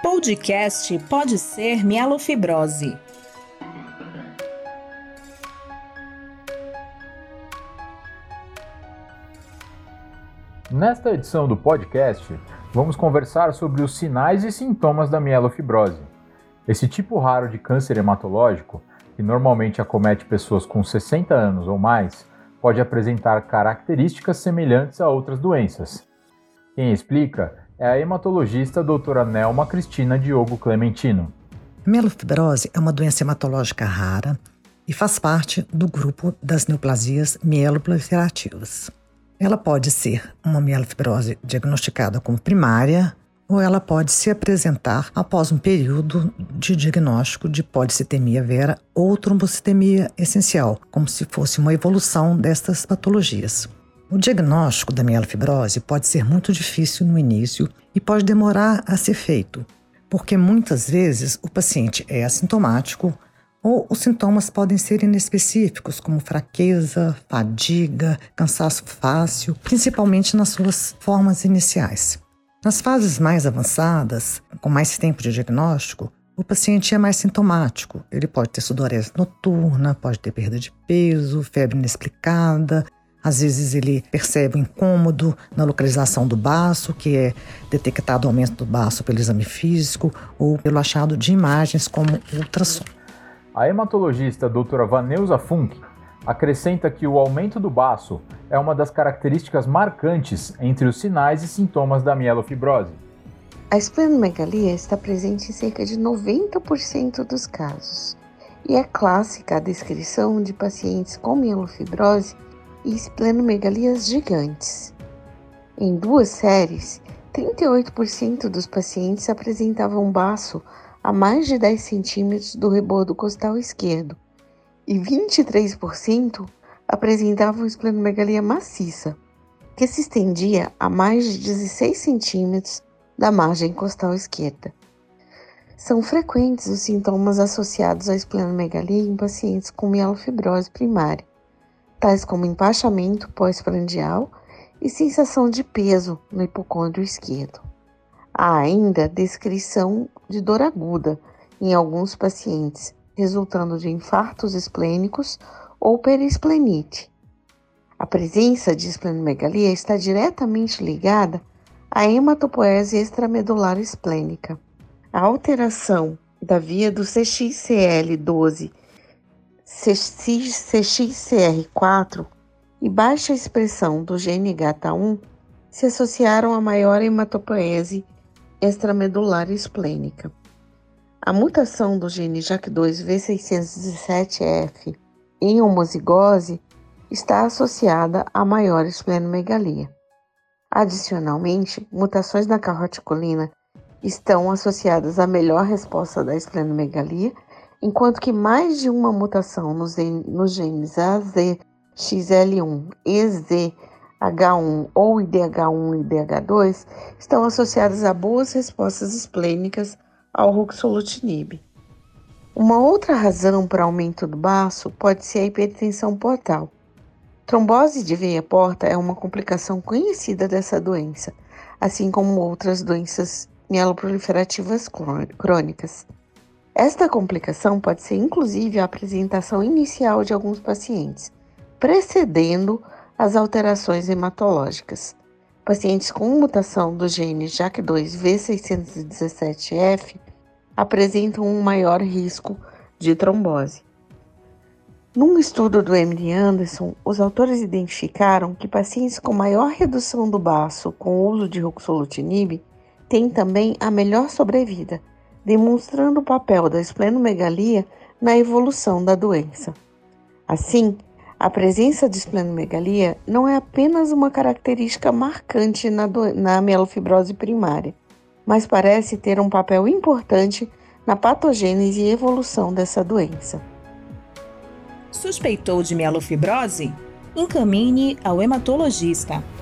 Podcast Pode Ser Mielofibrose. Nesta edição do podcast, vamos conversar sobre os sinais e sintomas da mielofibrose. Esse tipo raro de câncer hematológico, que normalmente acomete pessoas com 60 anos ou mais, pode apresentar características semelhantes a outras doenças. Quem explica é a hematologista doutora Nelma Cristina Diogo Clementino. A mielofibrose é uma doença hematológica rara e faz parte do grupo das neoplasias mieloproliferativas. Ela pode ser uma mielofibrose diagnosticada como primária ou ela pode se apresentar após um período de diagnóstico de policitemia vera ou trombocitemia essencial, como se fosse uma evolução destas patologias. O diagnóstico da mielofibrose pode ser muito difícil no início e pode demorar a ser feito, porque muitas vezes o paciente é assintomático ou os sintomas podem ser inespecíficos, como fraqueza, fadiga, cansaço fácil, principalmente nas suas formas iniciais. Nas fases mais avançadas, com mais tempo de diagnóstico, o paciente é mais sintomático. Ele pode ter sudorese noturna, pode ter perda de peso, febre inexplicada. Às vezes ele percebe um incômodo na localização do baço, que é detectado o aumento do baço pelo exame físico ou pelo achado de imagens como ultrassom. A hematologista doutora Vaneusa Funk acrescenta que o aumento do baço é uma das características marcantes entre os sinais e sintomas da mielofibrose. A esplenomegalia está presente em cerca de 90% dos casos e é clássica a descrição de pacientes com mielofibrose e esplenomegalias gigantes. Em duas séries, 38% dos pacientes apresentavam baço a mais de 10 centímetros do rebordo costal esquerdo e 23% apresentavam esplenomegalia maciça, que se estendia a mais de 16 centímetros da margem costal esquerda. São frequentes os sintomas associados à esplenomegalia em pacientes com mielofibrose primária, tais como empachamento pós-prandial e sensação de peso no hipocôndrio esquerdo. Há ainda descrição de dor aguda em alguns pacientes, resultando de infartos esplênicos ou perisplenite. A presença de esplenomegalia está diretamente ligada à hematopoese extramedular esplênica. A alteração da via do CXCL12, CXCR4 e baixa expressão do gene GATA1 se associaram a maior hematopoese extramedular esplênica. A mutação do gene JAK2 V617F em homozigose está associada a maior esplenomegalia. Adicionalmente, mutações na carroticolina estão associadas à melhor resposta da esplenomegalia, enquanto que mais de uma mutação nos genes AZXL1, EZH1 ou IDH1 e IDH2 estão associadas a boas respostas esplênicas ao ruxolutinib. Uma outra razão para aumento do baço pode ser a hipertensão portal. Trombose de veia porta é uma complicação conhecida dessa doença, assim como outras doenças mieloproliferativas crônicas. Esta complicação pode ser inclusive a apresentação inicial de alguns pacientes, precedendo as alterações hematológicas. Pacientes com mutação do gene JAK2 V617F apresentam um maior risco de trombose. Num estudo do MD Anderson, os autores identificaram que pacientes com maior redução do baço com o uso de ruxolutinib têm também a melhor sobrevida, demonstrando o papel da esplenomegalia na evolução da doença. Assim, a presença de esplenomegalia não é apenas uma característica marcante na mielofibrose primária, mas parece ter um papel importante na patogênese e evolução dessa doença. Suspeitou de mielofibrose? Encaminhe ao hematologista.